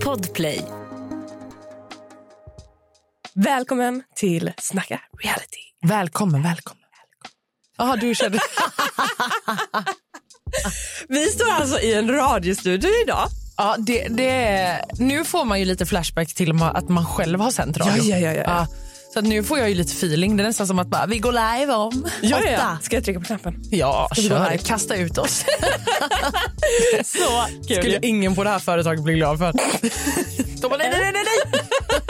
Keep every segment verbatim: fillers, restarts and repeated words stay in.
Podplay. Välkommen till Snacka Reality. Välkommen, välkommen. Jaha, du kände... Vi står alltså i en radiostudio idag. Ja, det, det är... Nu får man ju lite flashback till att man själv har sänt radio. Ja, ja, ja, ja. Ja, så att nu får jag ju lite feeling. Det är nästan som att bara, vi går live om ja, åtta. Ja. Ska jag trycka på knappen? Ja, Ska kör. Kasta ut oss. Så kul. Skulle ingen på det här företaget bli glad för. De bara, nej, nej, nej, nej.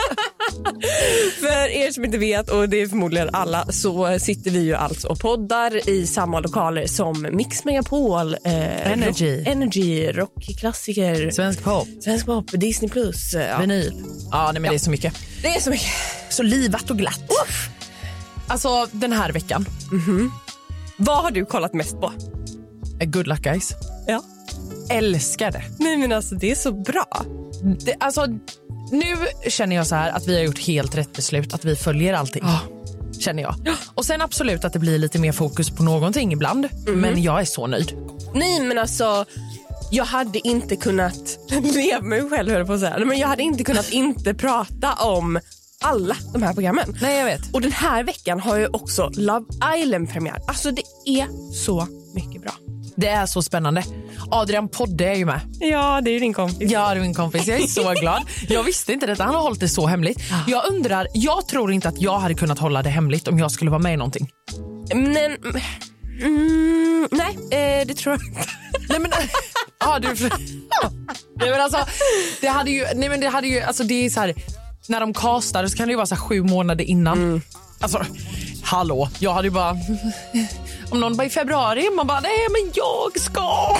För er som inte vet, och det är förmodligen alla, så sitter vi ju alltså och poddar i samma lokaler som Mix Megapol, eh, Energy, rock, Energy, rockklassiker, Svensk pop, Svensk pop, Disney plus, ja. Vinyl. Ja, nej, men ja. det är så mycket. Det är så mycket. Så livat och glatt. Uff. Alltså den här veckan. Mm-hmm. Vad har du kollat mest på? Good luck guys. Ja. Älskar det. Nej men alltså det är så bra. Det, alltså nu känner jag så här att vi har gjort helt rätt beslut, att vi följer allting. Oh. Känner jag. Och sen absolut att det blir lite mer fokus på någonting ibland. Mm-hmm. Men jag är så nöjd. Nej men alltså, jag hade inte kunnat leva mig själv, höll på att säga. Men jag hade inte kunnat inte prata om alla de här programmen. Nej, jag vet. Och den här veckan har ju också Love Island premiär. Alltså det är så mycket bra. Det är så spännande. Adrian Podde är ju med. Ja, det är ju din kompis. Ja, det är min kompis. Jag är så glad. Jag visste inte detta. Han har hållit det så hemligt. Jag undrar, jag tror inte att jag hade kunnat hålla det hemligt om jag skulle vara med i någonting. Men, mm, nej, eh, det tror jag inte. Nej, men... Ja, du... Nej, men alltså, det hade ju... Nej, men det hade ju... Alltså, det är så här... När de castar så kan det ju vara så här sju månader innan. Mm. Alltså, hallå. Jag hade ju bara... Om någon bara i februari, man bara, nej men jag ska.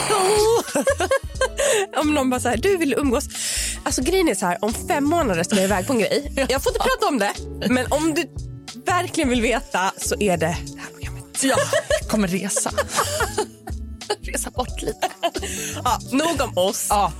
Om någon bara så här, du vill umgås. Alltså grejen är så här, om fem månader ska jag iväg på en grej. Jag får inte prata om det. Men om du verkligen vill veta så är det det här programmet. Ja, jag kommer resa. Resa bort lite. Ja, nog om oss. Ja.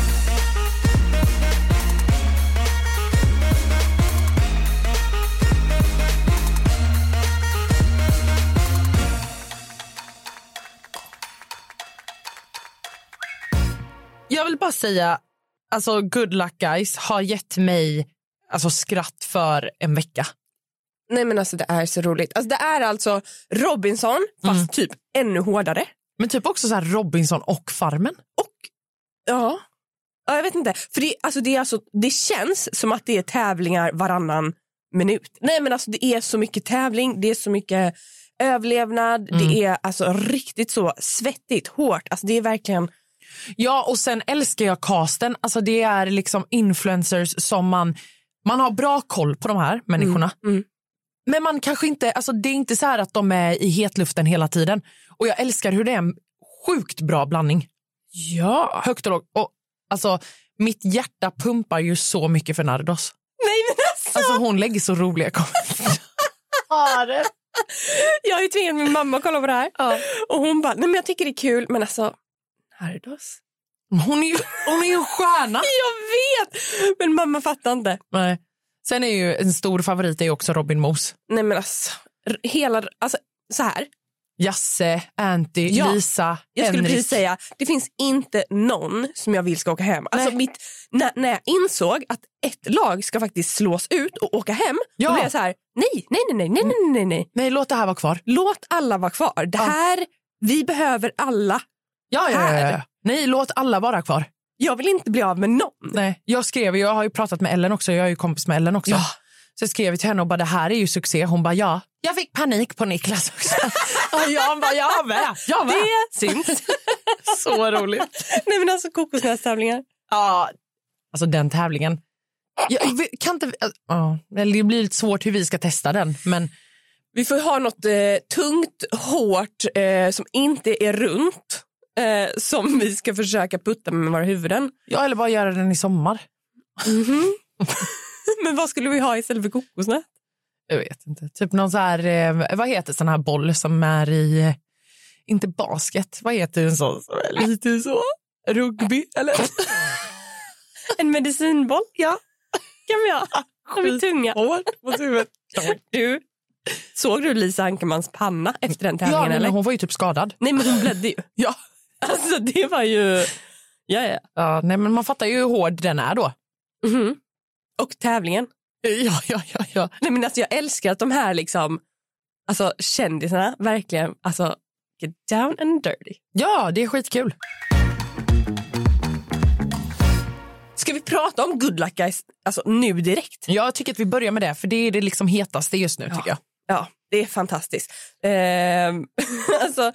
Jag vill bara säga, alltså Good Luck Guys har gett mig alltså skratt för en vecka. Nej men alltså det är så roligt. Alltså det är alltså Robinson fast mm. typ ännu hårdare. Men typ också så här Robinson och Farmen. Och ja. Ja, jag vet inte. För det, alltså det, är alltså, det känns som att det är tävlingar varannan minut. Nej men alltså det är så mycket tävling, det är så mycket överlevnad. Mm. Det är alltså riktigt så svettigt, hårt. Alltså det är verkligen... Ja, och sen älskar jag casten. Alltså det är liksom influencers som man... Man har bra koll på de här människorna. Mm. Mm. Men man kanske inte... Alltså det är inte så här att de är i hetluften hela tiden. Och jag älskar hur det är en sjukt bra blandning. Ja. Högt och lågt. Och alltså, mitt hjärta pumpar ju så mycket för Nardos. Nej men alltså... Alltså hon lägger så roliga kommentarer. Jag har ju tvingat min mamma att kolla på det här. Ja. Och hon bara, nej men jag tycker det är kul. Men alltså... Nardos. Hon är ju, hon är ju en stjärna. Jag vet, men mamma fattar inte. Nej. Sen är ju en stor favorit är ju också Robin Mos. Nej men alltså, hela, alltså så här. Jasse, Anty, ja, Lisa, jag skulle Henrik. precis säga, det finns inte någon som jag vill ska åka hem. Alltså mitt, när, när jag insåg att ett lag ska faktiskt slås ut och åka hem, ja. Då blev jag så här, nej, nej, nej, nej, nej, nej, nej. Nej, låt det här vara kvar. Låt alla vara kvar. Det här, ja. Vi behöver alla. Ja, ja, ja, ja. Nej, låt alla vara kvar. Jag vill inte bli av med någon. Nej, jag skrev, jag har ju pratat med Ellen också. Jag är ju kompis med Ellen också. Ja. Så jag skrev till henne och bara, det här är ju succé. Hon bara, ja. Jag fick panik på Niklas också. Och jag bara, jag med. Jag med. Det syns. Så roligt. Nej men alltså kokosnötstävlingar. Ja, alltså den tävlingen. Jag kan inte, ja, det blir lite svårt hur vi ska testa den, men... Vi får ha något eh, tungt, hårt, eh, som inte är runt. Eh, som vi ska försöka putta med våra huvuden. Ja, eller bara göra den i sommar. Mm-hmm. Men vad skulle vi ha istället för kokosnöt? Jag vet inte. Typ någon så här, eh, vad heter sån här boll som är i, eh, inte basket. Vad heter en sån som är lite så? Rugby, eller? En medicinboll? Ja. Kan vi ha? Har vi tunga? Du, såg du Lisa Ankermans panna efter den tävlingen? Ja, men eller? hon var ju typ skadad. Nej, men hon blödde ju. Ja. Alltså det var ju... Ja, ja. Ja, nej, men man fattar ju hur hård den är då. Mm-hmm. Och tävlingen. Ja, ja, ja, ja. Nej, men alltså, jag älskar att de här liksom, alltså, kändisarna verkligen alltså, get down and dirty. Ja, det är skitkul. Ska vi prata om Good Luck Guys alltså, nu direkt? Jag tycker att vi börjar med det, för det är det liksom hetaste just nu, ja. tycker jag. Ja, det är fantastiskt. Eh, alltså,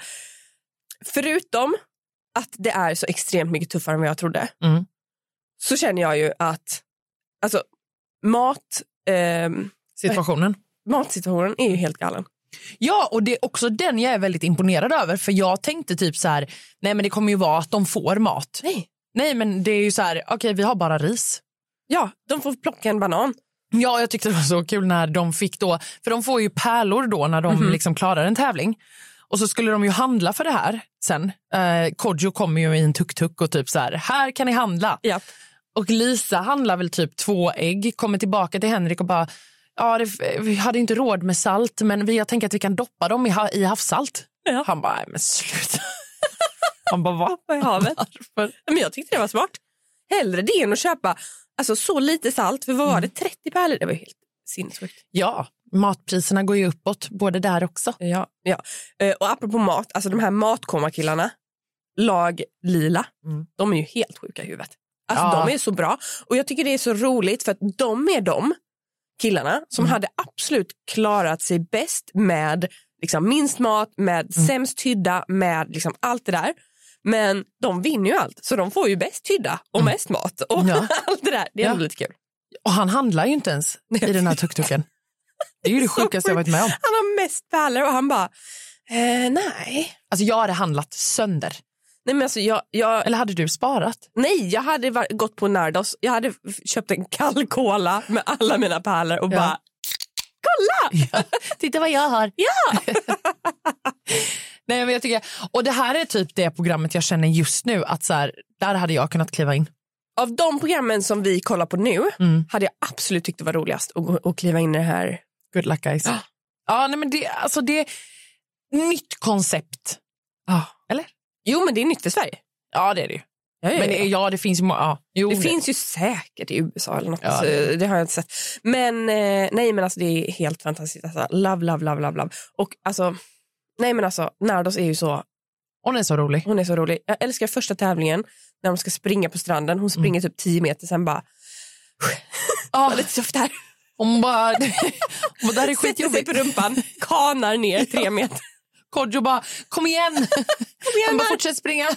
förutom att det är så extremt mycket tuffare än vad jag trodde, mm. så känner jag ju att alltså, mat... Eh, Situationen. Matsituationen är ju helt galen. Ja, och det är också den jag är väldigt imponerad över. För jag tänkte typ så här, nej men det kommer ju vara att de får mat. Nej. Nej, men det är ju så här, okej okay, vi har bara ris. Ja, de får plocka en banan. Ja, jag tyckte det var så kul när de fick då, för de får ju pärlor då när de mm-hmm. liksom klarar en tävling. Och så skulle de ju handla för det här sen. Eh, Kodjo kommer ju i en tuk-tuk och typ så här, här kan ni handla. Ja. Och Lisa handlar väl typ två ägg, kommer tillbaka till Henrik och bara, ja det, vi hade inte råd med salt, men vi, jag tänker att vi kan doppa dem i, ha, i havssalt. Ja. Han bara, nej men sluta. Han bara, vad? Vad i havet? Varför? Men jag tyckte det var smart. Hellre det än att köpa alltså, så lite salt, för vad var det, trettio pärlor? Det var helt sinnessjukt. Ja, matpriserna går ju uppåt, både där också. Ja, ja. Och apropå mat, alltså de här matkommakillarna, lag lila, mm. de är ju helt sjuka i huvudet. Alltså ja. De är så bra. Och jag tycker det är så roligt för att de är de killarna som mm. hade absolut klarat sig bäst med liksom, minst mat, med mm. sämst hydda, med liksom, allt det där. Men de vinner ju allt, så de får ju bäst hydda och mm. mest mat och ja. allt det där. Det är ja. lite kul. Och han handlar ju inte ens i den här tuk-tuken. Det är ju det sjukaste jag varit med om. Han har mest pärlor och han bara, eh, nej. Alltså jag hade handlat sönder. Nej, men alltså jag, jag... Eller hade du sparat? Nej, jag hade var- gått på Nardos. Jag hade f- köpt en kall cola med alla mina pärlor och ja. bara, kolla! Ja. Titta vad jag har. Ja! Nej, men jag tycker, och det här är typ det programmet jag känner just nu att så här, där hade jag kunnat kliva in. Av de programmen som vi kollar på nu mm. hade jag absolut tyckt det var roligast att, att kliva in i det här. Good Luck Guys. Ja, ah, nej men det, alltså det är nytt koncept. Ah. Eller? Jo, men det är nytt för Sverige. Ja, det är det ju. Ja, ja, men det, ja, det finns ju... Ja, jo, det, det finns ju säkert i U S A eller något. Ja, det. det har jag inte sett. Men eh, nej, men alltså det är helt fantastiskt. Alltså, love, love, love, love, love. Och alltså, nej men alltså, Nardos är ju så... Hon är så rolig. Hon är så rolig. Jag älskar första tävlingen när de ska springa på stranden. Hon springer mm. typ tio meter, sen bara... Ja, oh, lite tufft här. Hon bara... Hon bara, där är skitjobbigt. Sätter sig på rumpan, kanar ner tre meter. Kodjo bara, kom igen! Kom igen, han bara, fortsätt springa.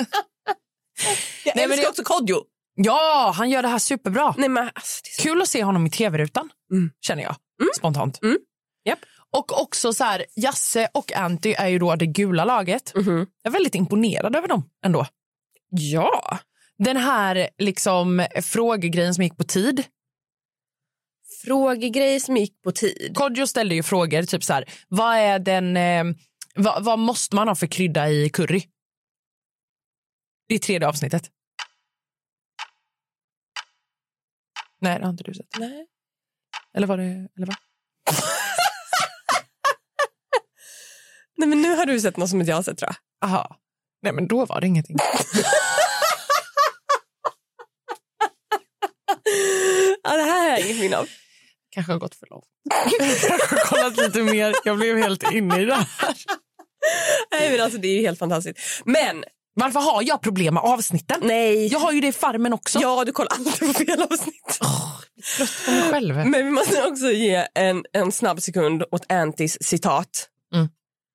Jag Nej, älskar men det... också Kodjo. Ja, han gör det här superbra. Nej, men, alltså, det är så... Kul att se honom i tv-rutan, mm. känner jag, mm. spontant. Mm. Yep. Och också så här, Jasse och Anty är ju då det gula laget. Mm-hmm. Jag är väldigt imponerad över dem ändå. Ja. Den här liksom frågegrejen som gick på tid. Frågegrej som gick på tid. Kodjo ställde ju frågor, typ så här, vad är den... Eh, vad, vad måste man ha för krydda i curry? Det är tredje avsnittet. Nej, det har inte du sett. Nej. Eller var det... Eller vad? Nej, men nu har du sett något som inte jag har sett, tror jag. Aha. Nej, men då var det ingenting. Ja, det här är inget min av. Kanske har gått för långt. Jag har kollat lite mer. Jag blev helt inne i det här. Nej, men alltså det är ju helt fantastiskt. Men varför har jag problem med avsnitten? Nej. Jag har ju det i Farmen också. Ja, du kollar alltid på fel avsnitt. Oh, jag är trött på mig själv. Men vi måste också ge en, en snabb sekund åt Antys citat. Mm.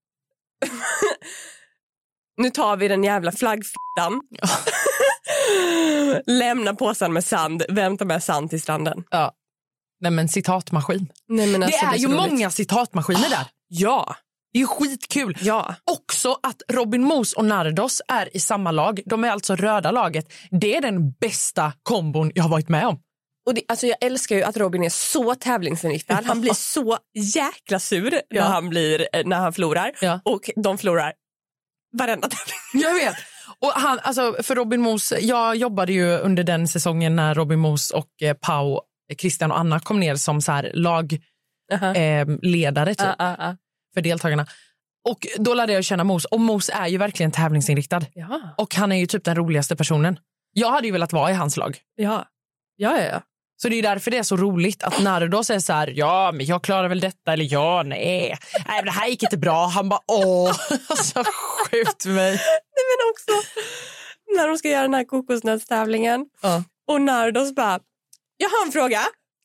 Nu tar vi den jävla flaggfittan. Ja. Lämna påsen med sand. Vem tar med sand till stranden? Ja. Nej, men citatmaskin. Nej, men alltså, det är, det är ju roligt. Många citatmaskiner där. Ja. Det är ju skitkul. Ja. Också att Robin Mos och Nardos är i samma lag. De är alltså röda laget. Det är den bästa kombon jag har varit med om. Och det, alltså jag älskar ju att Robin är så tävlingsinriktad. Han blir så jäkla sur ja. när han blir när han förlorar. Ja. Och de förlorar varenda tävling. Jag vet. Och han, alltså för Robin Mos, jag jobbade ju under den säsongen när Robin Mos och eh, Pau, Christian och Anna kom ner som så här lagledare uh-huh. eh, typ, uh, uh, uh. för deltagarna. Och då lärde jag känna Mos. Och Mos är ju verkligen tävlingsinriktad. Ja. Och han är ju typ den roligaste personen. Jag hade ju velat vara i hans lag. Ja. Ja, ja, ja. Så det är därför det är så roligt att när du då säger så här, ja, men jag klarar väl detta, eller ja, nej. Nej, men det här gick inte bra. Han bara, åh, så skjut mig. Nej, men också när de ska göra den här kokosnötstävlingen. Ja. Och när de bara, jag har en fråga.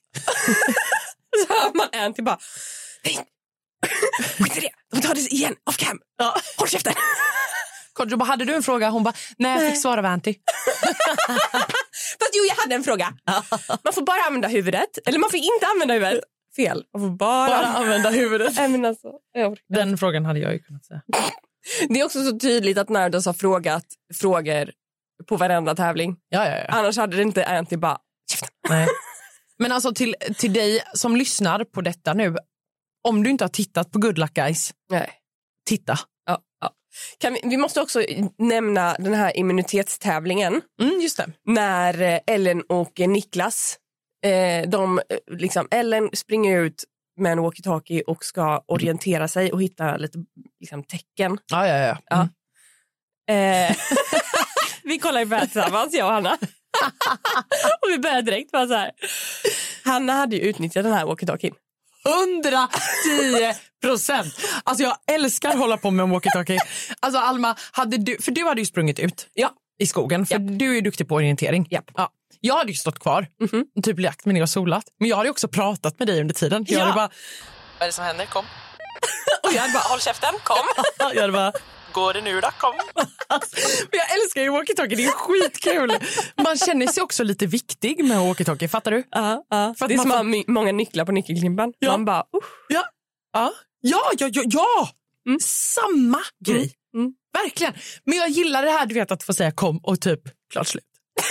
Så hör man en till bara, nej, skit i det. De tar det igen, off cam. Ja. Håll käften. Kodjo bara, hade du en fråga? Hon bara, nej, jag fick svara av Anty. Fast jo, jag hade en fråga. Man får bara använda huvudet. Eller man får inte använda huvudet. Fel. Man får bara, Bara använda huvudet. Nej, men alltså, jag orkar. Den frågan hade jag ju kunnat säga. Det är också så tydligt att Nardos har frågat frågor på varenda tävling. Ja, ja, ja. Annars hade det inte Anty bara, käften. Nej. Men alltså till, till dig som lyssnar på detta nu, om du inte har tittat på Good Luck Guys, Nej. titta. Ja, ja. Kan vi, vi måste också nämna den här immunitetstävlingen. Mm, just det. När Ellen och Niklas, eh, de, liksom, Ellen springer ut med en walkie-talkie och ska orientera sig och hitta lite liksom, tecken. Ja, ja, ja. Mm. ja. Eh, vi kollar ju på det tillsammans, jag och Hanna. Och vi började direkt bara så här. Hanna hade ju utnyttjat den här walkie-talkien. hundratio procent. Alltså jag älskar att hålla på med en walkie-talkie. Alltså Alma, hade du, för du hade ju sprungit ut ja. i skogen. För ja. du är ju duktig på orientering. Ja. Ja. Jag hade ju stått kvar, mm-hmm. typ lagt mig ner och solat. Men jag hade också pratat med dig under tiden. Jag ja. hade bara, vad är det som händer? Kom. Och jag hade bara, håll käften, kom. Jag hade bara, går det nu då? Kom. Men jag älskar ju walkie-talkie, det är skitkul. Man känner sig också lite viktig med walkie-talkie, fattar du? Ja, ja. För att det är man som får... får... många nycklar på nyckelklimpan. Ja. Man bara, uh. ja. Ja. Ja, ja, ja, ja. Mm. Samma grej. Mm. Mm. Verkligen. Men jag gillar det här, du vet, att få säga kom och typ klart slut.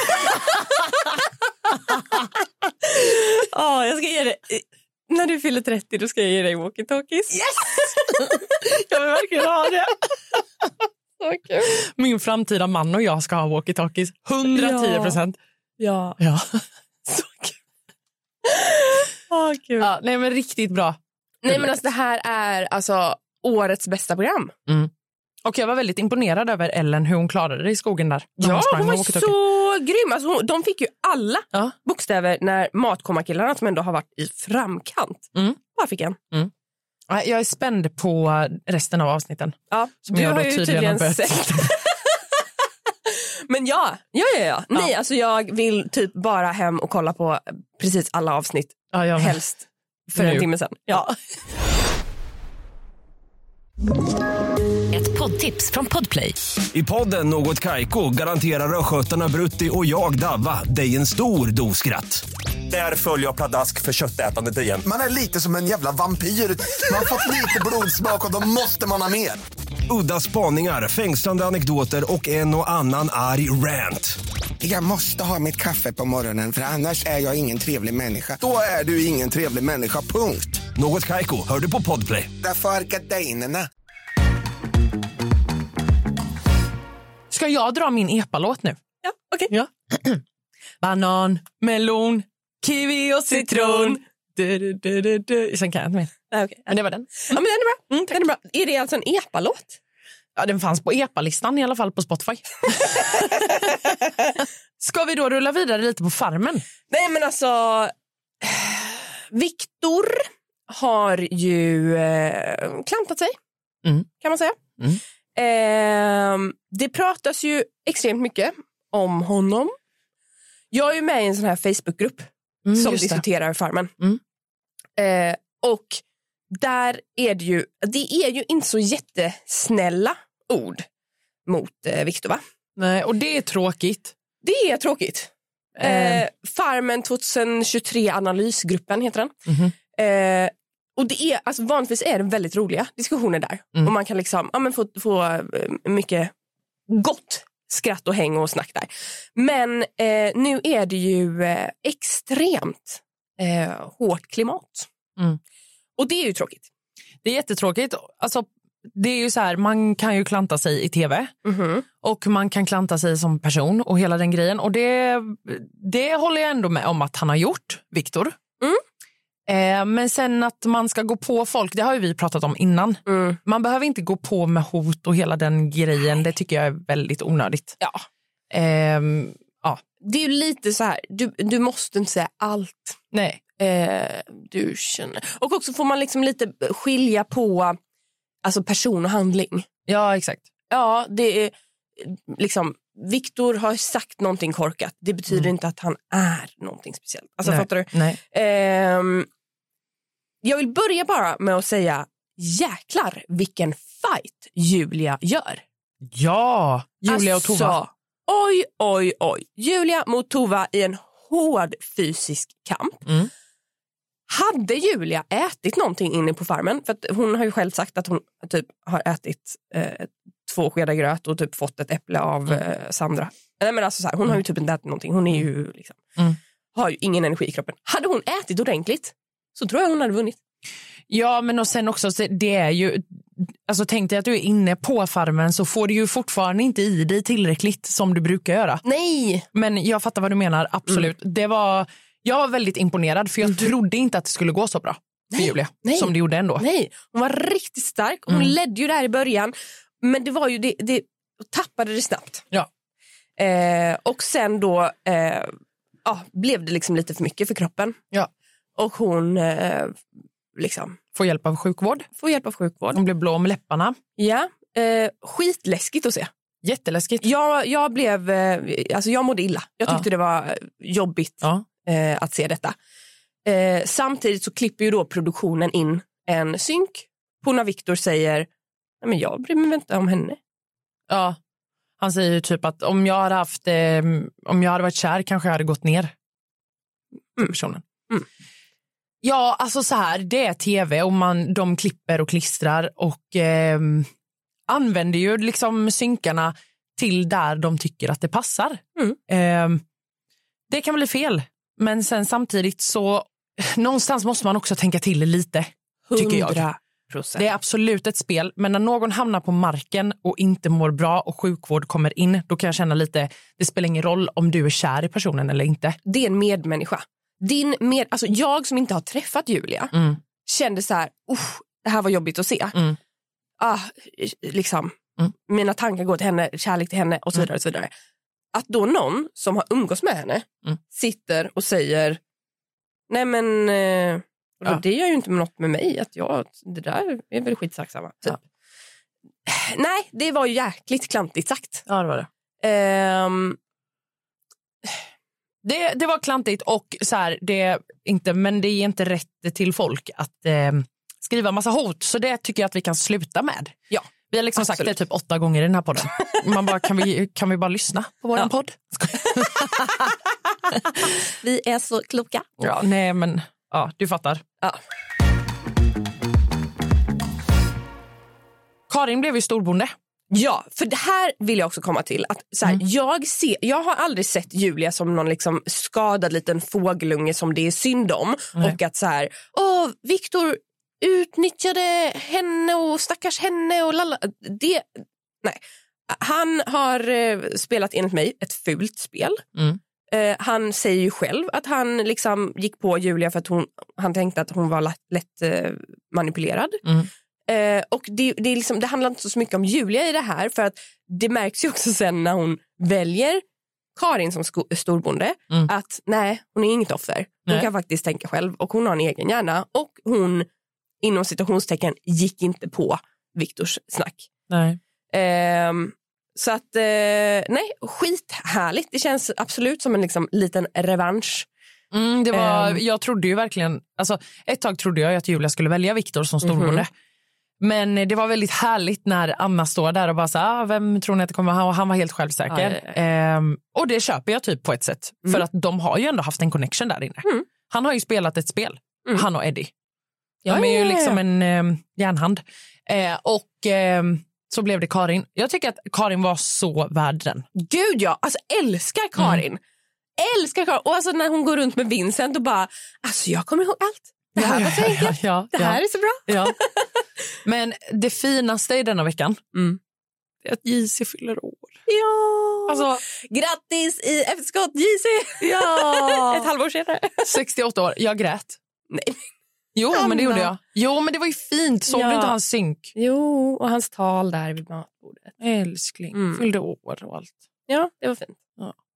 Ja, oh, jag ska ge dig... När du fyller trettio, då ska jag ge dig walkie-talkies. Yes! Jag vill verkligen ha det. Så kul. Min framtida man och jag ska ha walkie-talkies. hundratio procent. Ja. Ja. Så kul. Åh, kul. Ja, nej, men riktigt bra. Nej, men alltså det här är alltså årets bästa program. Mm. Och jag var väldigt imponerad över Ellen, hur hon klarade det i skogen där. Ja, hon var så grym. Alltså, hon, de fick ju alla ja. bokstäver när matkommakillarna som ändå har varit i framkant. Mm. Bara fick en. Mm. Jag är spänd på resten av avsnitten. Ja, som du jag har då ju tydligen, tydligen sett. Men ja, ja, ja, ja. Nej, ja. Alltså jag vill typ bara hem och kolla på precis alla avsnitt. Ja, jag helst för nu. en timme sedan. Ja. Ett poddtips från Podplay. I podden Något Kaiko garanterar röskötarna Brutti och jag Davva dig en stor doskratt. Där följer jag pladask för köttätandet igen. Man är lite som en jävla vampyr. Man har fått lite blodsmak och då måste man ha mer. Udda spaningar, fängslande anekdoter och en och annan arg rant. Jag måste ha mitt kaffe på morgonen för annars är jag ingen trevlig människa. Då är du ingen trevlig människa, punkt. Något Kaiko, hör du på Podplay. Därför är gardinerna. Ska jag dra min epalåt nu? Ja, okej. Okay. Ja. Banan, melon, kiwi och citron. Du, du, du, du, du. Sen kan jag inte mer. Ah, okay. Men det var den. Ja, men den är bra. Mm, den är bra. Är det alltså en epalåt? Ja, den fanns på epalistan i alla fall på Spotify. Ska vi då rulla vidare lite på Farmen? Nej, men alltså... Viktor har ju eh, klantat sig, mm. kan man säga. Mm. Eh, det pratas ju extremt mycket om honom. Jag är ju med i en sån här Facebookgrupp mm, som diskuterar Farmen. Mm. Eh, och där är det ju, det är ju inte så jättesnälla ord mot eh, Viktor, va? Nej, och det är tråkigt. Det är tråkigt. Eh, Farmen tjugohundratjugotre analysgruppen heter den. Mm-hmm. Eh, och det är, alltså vanligtvis är det väldigt roliga diskussioner där. Mm. Och man kan liksom, ja, men få, få mycket gott skratt och häng och snack där. Men eh, nu är det ju eh, extremt eh, hårt klimat. Mm. Och det är ju tråkigt. Det är jättetråkigt. Alltså, det är ju så här, man kan ju klanta sig i tv. Mm-hmm. Och man kan klanta sig som person och hela den grejen. Och det, det håller jag ändå med om att han har gjort, Viktor. Mm. Eh, men sen att man ska gå på folk, det har ju vi pratat om innan. Mm. Man behöver inte gå på med hot och hela den grejen. Det tycker jag är väldigt onödigt. Ja. Eh, ja. det är ju lite så här, du, du måste inte säga allt. Nej. Eh, du känner. Och också får man liksom lite skilja på alltså person och handling. Ja, exakt. Ja, det är liksom Viktor har sagt någonting korkat. Det betyder mm. inte att han är någonting speciellt. Alltså, Nej. fattar du? Nej. Eh, jag vill börja bara med att säga jäklar vilken fight Julia gör. Ja, Julia alltså, och Tova. Oj, oj, oj. Julia mot Tova i en hård fysisk kamp. Mm. Hade Julia ätit någonting inne på farmen? För att hon har ju själv sagt att hon typ har ätit eh, två skedar gröt och typ fått ett äpple av mm. eh, Sandra. Nej, men alltså så här, hon mm. har ju typ inte ätit någonting. Hon är ju liksom, mm. har ju ingen energi i kroppen. Hade hon ätit ordentligt så tror jag hon hade vunnit. Ja, men och sen också, det är ju, alltså tänk dig att du är inne på farmen så får du ju fortfarande inte i dig tillräckligt som du brukar göra. Nej! Men jag fattar vad du menar, absolut. Mm. Det var, jag var väldigt imponerad för jag mm. trodde inte att det skulle gå så bra för nej, Julia, nej, som det gjorde ändå. Nej, hon var riktigt stark. Hon mm. ledde ju där i början, men det var ju, det, det tappade det snabbt. Ja. Eh, och sen då eh, ja, blev det liksom lite för mycket för kroppen. Ja. Och hon eh, liksom får hjälp av sjukvård. Får hjälp av sjukvård. Hon blev blå om läpparna. Ja, eh, skitläskigt att se. Jätteläskigt. Jag, jag blev, eh, alltså jag mådde illa. Jag tyckte ja. det var jobbigt ja. eh, att se detta. Eh, samtidigt så klipper ju då produktionen in en synk på när Viktor säger, nej men jag bryr mig inte om henne. Ja, han säger ju typ att om jag hade haft, eh, om jag hade varit kär kanske jag hade gått ner för personen. Mm. Ja, alltså så här, det är tv och man, de klipper och klistrar och eh, använder ju liksom synkarna till där de tycker att det passar. Mm. Eh, det kan bli fel, men sen samtidigt så någonstans måste man också tänka till lite, tycker jag. hundra procent. Det är absolut ett spel, men när någon hamnar på marken och inte mår bra och sjukvård kommer in, då kan jag känna lite, det spelar ingen roll om du är kär i personen eller inte. Det är en medmänniska. Din med, alltså jag som inte har träffat Julia mm. kände så här, det här var jobbigt att se. Mm. Ah, liksom, mm. mina tankar går till henne, kärlek till henne och så vidare. Och så vidare. Att då någon som har umgås med henne mm. sitter och säger, nej men eh, ja. det gör ju inte något med mig. Att jag, det där är väl skitsaktsamma. Typ. Ja. Nej, det var ju jäkligt klantigt sagt. Ja, det var det. Um, Det, det var klantigt och så här, det inte, men det är inte rätt till folk att eh, skriva massa hot. Så det tycker jag att vi kan sluta med. Ja, vi har liksom absolut. sagt det typ åtta gånger i den här podden. Man bara, kan vi, kan vi bara lyssna på våran ja. podd? Vi är så kloka. Ja, nej men, ja, du fattar. Ja. Karin blev ju storbonde. Ja, för det här vill jag också komma till. Att, så här, mm. jag, ser, jag har aldrig sett Julia som någon liksom skadad liten fågelunge som det är synd om. Nej. Och att så här, åh, Viktor utnyttjade henne och stackars henne och lalla. Det, nej. Han har eh, spelat enligt mig ett fult spel. Mm. Eh, han säger ju själv att han liksom gick på Julia för att hon, han tänkte att hon var lätt, lätt eh, manipulerad. Mm. Eh, och det, det, är liksom, det handlar inte så mycket om Julia i det här, för att det märks ju också sen när hon väljer Karin som sko- storbonde mm. att nej, hon är inget offer. Hon nej. kan faktiskt tänka själv och hon har en egen hjärna och hon inom citationstecken gick inte på Viktors snack. Nej. Eh, så att eh, nej, skithärligt. Det känns absolut som en liksom, liten revansch. Mm, det var, um, jag trodde ju verkligen, alltså ett tag trodde jag att Julia skulle välja Viktor som storbonde. Mm-hmm. Men det var väldigt härligt när Anna står där och bara så ah, vem tror ni att det kommer ha? Och han var helt självsäker. Ja, ehm, och det köper jag typ på ett sätt. Mm. För att de har ju ändå haft en connection där inne. Mm. Han har ju spelat ett spel, mm. han och Eddie. Ja, de är ju ja, ja. liksom en eh, järnhand. Eh, och eh, så blev det Karin. Jag tycker att Karin var så värd den. Gud ja, alltså älskar Karin. Mm. Älskar Karin. Och alltså när hon går runt med Vincent och bara, alltså jag kommer ihåg allt. Det här ja, var så enkelt. Ja, ja, det här ja. är så bra. Ja. Men det finaste i denna veckan mm. är att J C fyller år. Ja. Alltså, grattis i efterskott J C. Ja. Ett halvår senare. sextioåtta år. Jag grät. Nej. Jo, Anna. men det gjorde jag. Jo, men det var ju fint. Såg ja. du inte hans synk? Jo, och hans tal där vid matbordet. Älskling. Mm. Fyllde år och allt. Ja, det var fint. Ja.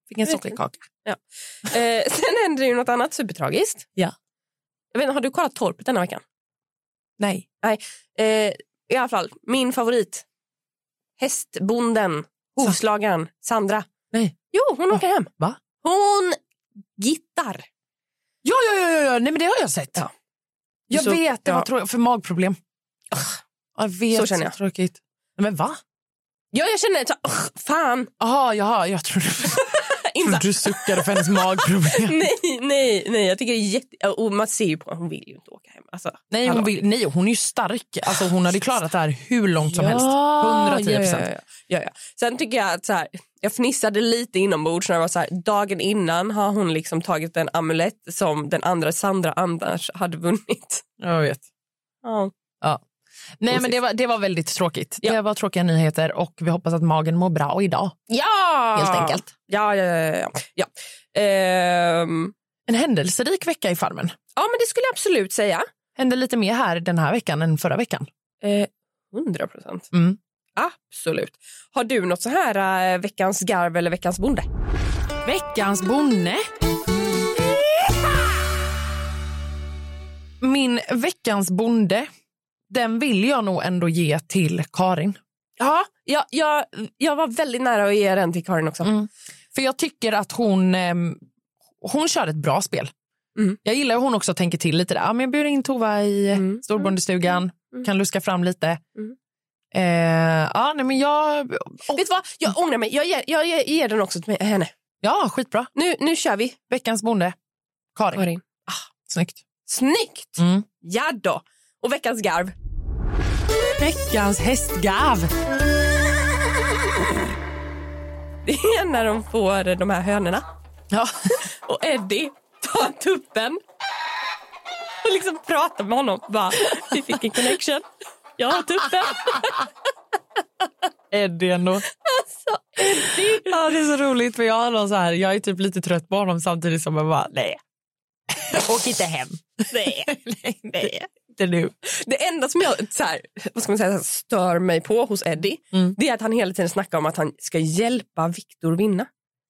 Fick en sockerkaka. Ja. Eh, sen händer det ju något annat supertragiskt. Ja. Jag vet inte, har du kollat Torpet denna veckan? Nej. Nej. Eh, I alla fall, min favorit. Hästbonden, hovslagaren, Sandra. Nej. Jo, hon åker hem. Va? Hon gittar. Ja, ja, ja, ja, nej men det har jag sett. Ja. Jag Så, vet, det ja. var trå- för magproblem. Jag vet, Så känner jag. så tråkigt. Men va? Ja, jag känner så, uh, fan. Jaha, jaha, jag trodde, trodde du suckade för hennes magproblem. nej, nej, nej, jag tycker det är jätte... Och man ser ju på hon vill ju inte åka hem. Alltså, Nej, hon vill, nej, hon är ju stark. Alltså, hon hade klarat det här hur långt som Ja, helst. hundratio procent. Ja, ja, ja, ja. Sen tycker jag att så här, jag fnissade lite inombords när det var så här, dagen innan har hon liksom tagit en amulett som den andra Sandra Anders hade vunnit. Jag vet. Ja. Ja. Nej, men det var, det var väldigt tråkigt. Ja. Det var tråkiga nyheter och vi hoppas att magen mår bra idag. Ja! Helt enkelt. Ja, ja, ja. ja. ja. Ehm, En händelserik vecka i Farmen. ja, men det skulle jag absolut säga. Hände lite mer här den här veckan än förra veckan. Eh, hundra procent. Mm. Absolut. Har du något så här äh, veckans garv eller veckans bonde? Veckans bonde. Min veckans bonde, den vill jag nog ändå ge till Karin. Ja, jag, jag, jag var väldigt nära att ge den till Karin också. Mm. För jag tycker att hon, eh, hon kör ett bra spel. Mm. Jag gillar hur hon också tänker till lite där. Ja, men jag bjuder in Tova i Mm. storbondestugan. Mm. Kan luska fram lite. Mm. Eh, ja, nej, men jag... Oh. Vet du vad? Jag ångrar mig. Jag ger, jag ger, ger den också till henne. Ja, skitbra. Nu, nu kör vi. Veckans bonde. Karin. Karin. Ah, snyggt. Snyggt! Mm. Ja då. Och veckans garv. Veckans hästgav. Det är när de får de här hönorna. Ja. Och Eddie tar tuppen. Och liksom pratar med honom. Bara, vi fick en connection. Jag har tuppen. Eddie ändå. Alltså, Eddie. Ja, det är så roligt för jag har någon så här, jag är typ lite trött på honom samtidigt som jag bara, nej. Åk inte hem. Nej, nej, nej. Inte nu. det enda som jag så här, vad ska man säga, stör mig på hos Eddie, Mm. det är att han hela tiden snackar om att han ska hjälpa Victor vinna.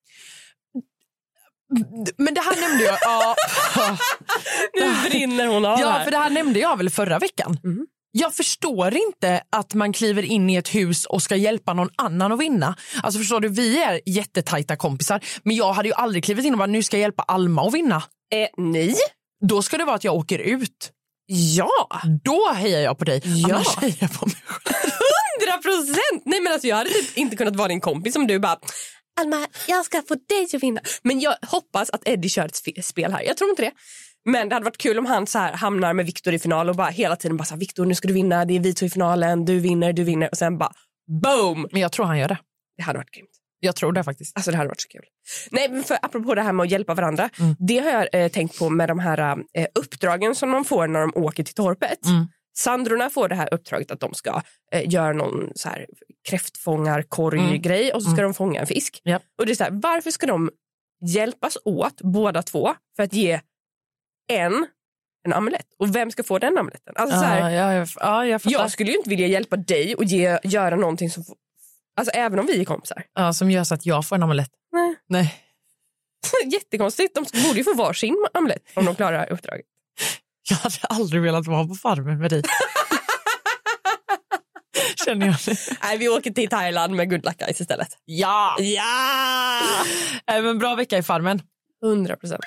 Men det här nämnde jag. Ja, Nu brinner hon av ja här. för det här nämnde jag väl förra veckan. Mm. Jag förstår inte att man kliver in i ett hus och ska hjälpa någon annan att vinna. Alltså förstår du, vi är jättetajta kompisar. Men jag hade ju aldrig klivit in och bara, nu ska jag hjälpa Alma att vinna. Eh, nej. Då ska det vara att jag åker ut. Ja. Då hejar jag på dig. Ja. Annars hejar jag på mig själv. Hundra procent. Nej, men alltså jag hade typ inte kunnat vara din kompis som du bara, Alma, jag ska få dig att vinna. Men jag hoppas att Eddie kör ett sp- spel här. Jag tror inte det. Men det hade varit kul om han så här hamnar med Victor i final och bara hela tiden bara så här, Victor, nu ska du vinna, det är vi två i finalen, du vinner, du vinner. Och sen bara, boom! Men jag tror han gör det. Det hade varit grymt. Jag tror det faktiskt. Alltså det hade varit så kul. Nej, men för apropå det här med att hjälpa varandra. Mm. Det har jag eh, tänkt på med de här eh, uppdragen som de får när de åker till torpet. Mm. Sandrorna får det här uppdraget att de ska eh, göra någon så här kräftfångarkorg-grej Mm. och så ska Mm. de fånga en fisk. Yep. Och det är så här, varför ska de hjälpas åt båda två för att ge en en amulett? Och vem ska få den amuletten? Alltså, så här, Ja, ja, jag, ja, jag fattar. jag skulle ju inte vilja hjälpa dig och ge, göra någonting som... Alltså även om vi är kompisar. Ja, som gör så att jag får en amulett. Nej. Nej. Jättekonstigt. De borde ju få varsin amulett om de klarar uppdraget. Jag hade aldrig velat vara på farmen med dig. Känner jag det. Nej, vi åker till Thailand med Good Luck Guys istället. Ja! Ja! Äh, men bra vecka i farmen. Hundra procent.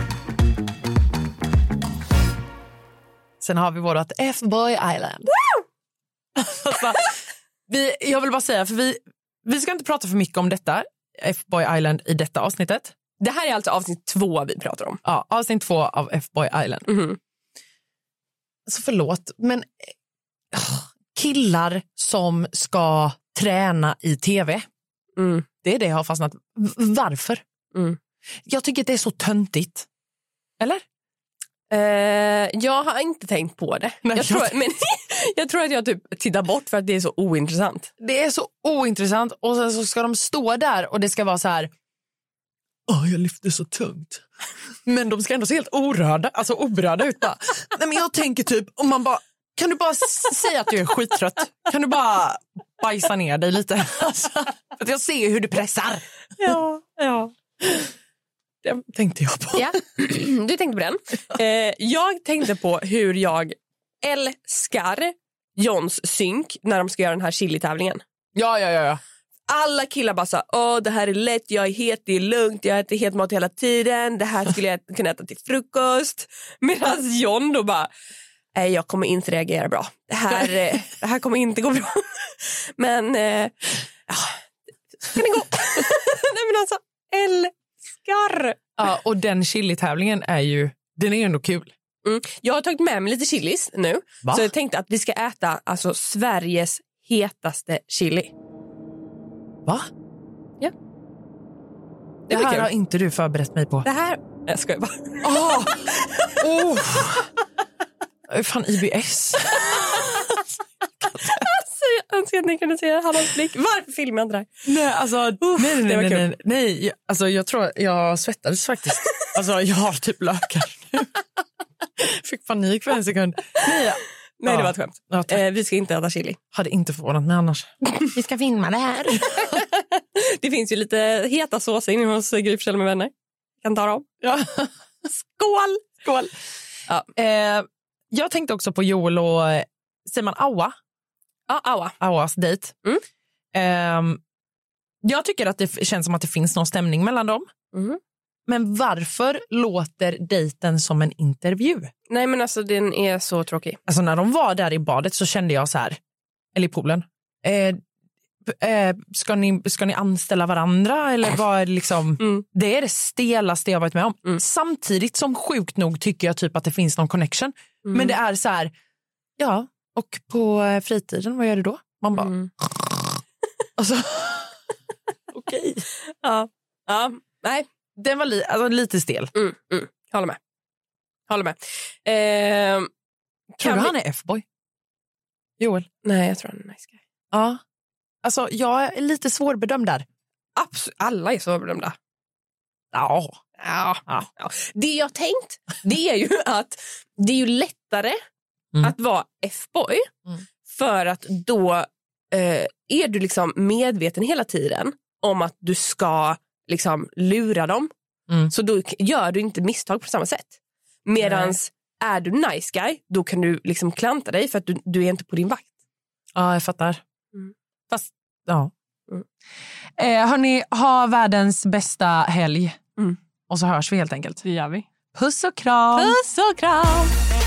Sen har vi vårat F-Boy Island. alltså, vi, jag vill bara säga, för vi, vi ska inte prata för mycket om detta F-Boy Island i detta avsnittet. Det här är alltså avsnitt två vi pratar om. Ja, avsnitt två av F-Boy Island. Mm-hmm. Så förlåt, men oh, killar som ska träna i tv. Mm. Det är det jag har fastnat. V- varför? Mm. Jag tycker att det är så töntigt. Eller? Eh, jag har inte tänkt på det. Nej, jag, tror, jag- men, jag tror att jag typ tittar bort för att det är så ointressant. Det är så ointressant och sen så ska de stå där och det ska vara så här. Åh, jag lyfter så tungt. Men de ska ändå se helt orörda, alltså oberörda ut bara. Nej, men jag tänker typ, om man bara, kan du bara s- säga att du är skittrött? Kan du bara bajsa ner dig lite? Alltså, för att jag ser hur du pressar. Ja, ja. Det tänkte jag på. Ja, du tänkte på den. Eh, jag tänkte på hur jag älskar Johns synk när de ska göra den här chili-tävlingen. Ja, ja, ja, ja. Alla killar bara så, åh det här är lätt, jag är het, det är lugnt, jag äter het mat hela tiden, det här skulle jag kunna äta till frukost. Medan John då bara, nej jag kommer inte reagera bra. Det här, eh, det här kommer inte gå bra. Men, eh, ja, kan det gå? Nej men alltså, älskar. Ja, och den chili-tävlingen är ju, den är ju ändå kul. Mm. Jag har tagit med mig lite chilis nu. Va? Så jag tänkte att vi ska äta alltså Sveriges hetaste chili. Va? Ja. Det, Det blir här kul. har inte du förberett mig på. Det här... Jag skojar bara. Åh! Oh. Oh. Fan, I B S. Alltså, jag önskar att ni kunde se Hallons blick. Varför filmar jag inte det här? Nej, alltså, Uff, nej, nej, det var nej, kul. nej, nej. Jag- Alltså, jag tror jag svettades faktiskt. Alltså, jag har typ lökar nu. Fick panik för en sekund. Nej, Nej, ja. det var ett skämt. Ja, tack. Eh, vi ska inte äta chili. Hade inte förvånat mig annars. Vi ska filma det här. Det finns ju lite heta såser inne hos Gry Forssell med vänner. Jag kan ta dem. Ja. Skål! Skål. Ja. Eh, jag tänkte också på Joel och, säger man Aua? Ja, aua. Auas dejt. Mm. Eh, jag tycker att det känns som att det finns någon stämning mellan dem. Mm. Men varför låter dejten som en intervju? Nej, men alltså den är så tråkig. Alltså när de var där i badet så kände jag så här, eller i poolen. Eh, eh, ska, ni, ska ni anställa varandra? Eller vad är det liksom? Mm. Det är det stelaste jag varit med om. Mm. Samtidigt som sjukt nog tycker jag typ att det finns någon connection. Mm. Men det är så här, ja, och på eh, fritiden, vad gör du då? Man bara, Mm. alltså, okej. Ja. Ja, nej. Den var li- alltså, lite stel. Mm, mm. Håller med. Håller med. Eh, Tror kan du vi- han är F-boy? Joel? Nej, jag tror han är nice guy. Ja. Alltså, jag är lite svårbedömd där. Absolut, alla är så bedömda. Ja. Ja, ja. Det jag tänkt, det är ju att det är ju lättare Mm. att vara F-boy Mm. för att då eh, är du liksom medveten hela tiden om att du ska liksom lura dem. Mm. Så då k- gör du inte misstag på samma sätt. Medans är du nice guy, då kan du liksom klanta dig för att du, du är inte på din vakt. Ja, jag fattar. Mm. Fast, ja. Mm. Eh, hörni, ha världens bästa helg. Mm. Och så hörs vi helt enkelt. Det gör vi. Puss och kram! Puss och kram!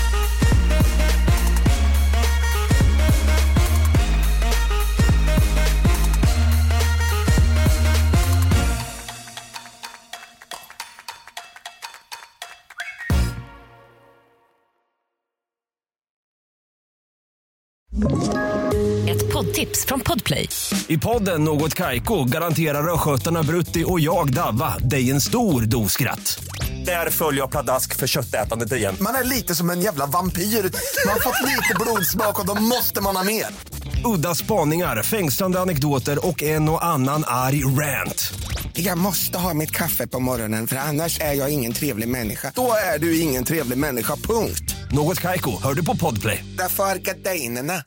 Ett poddtips från Podplay. I podden Något Kaiko garanterar östgötarna Brutti och jag Davva dig en stor dos skratt. Där följer jag pladask för köttätandet igen. Man är lite som en jävla vampyr. Man har fått lite blodsmak och då måste man ha mer. Udda spaningar, fängslande anekdoter och en och annan arg rant. Jag måste ha mitt kaffe på morgonen för annars är jag ingen trevlig människa. Då är du ingen trevlig människa, punkt. Något Kaiko, hör du på Podplay. Därför är gardinerna.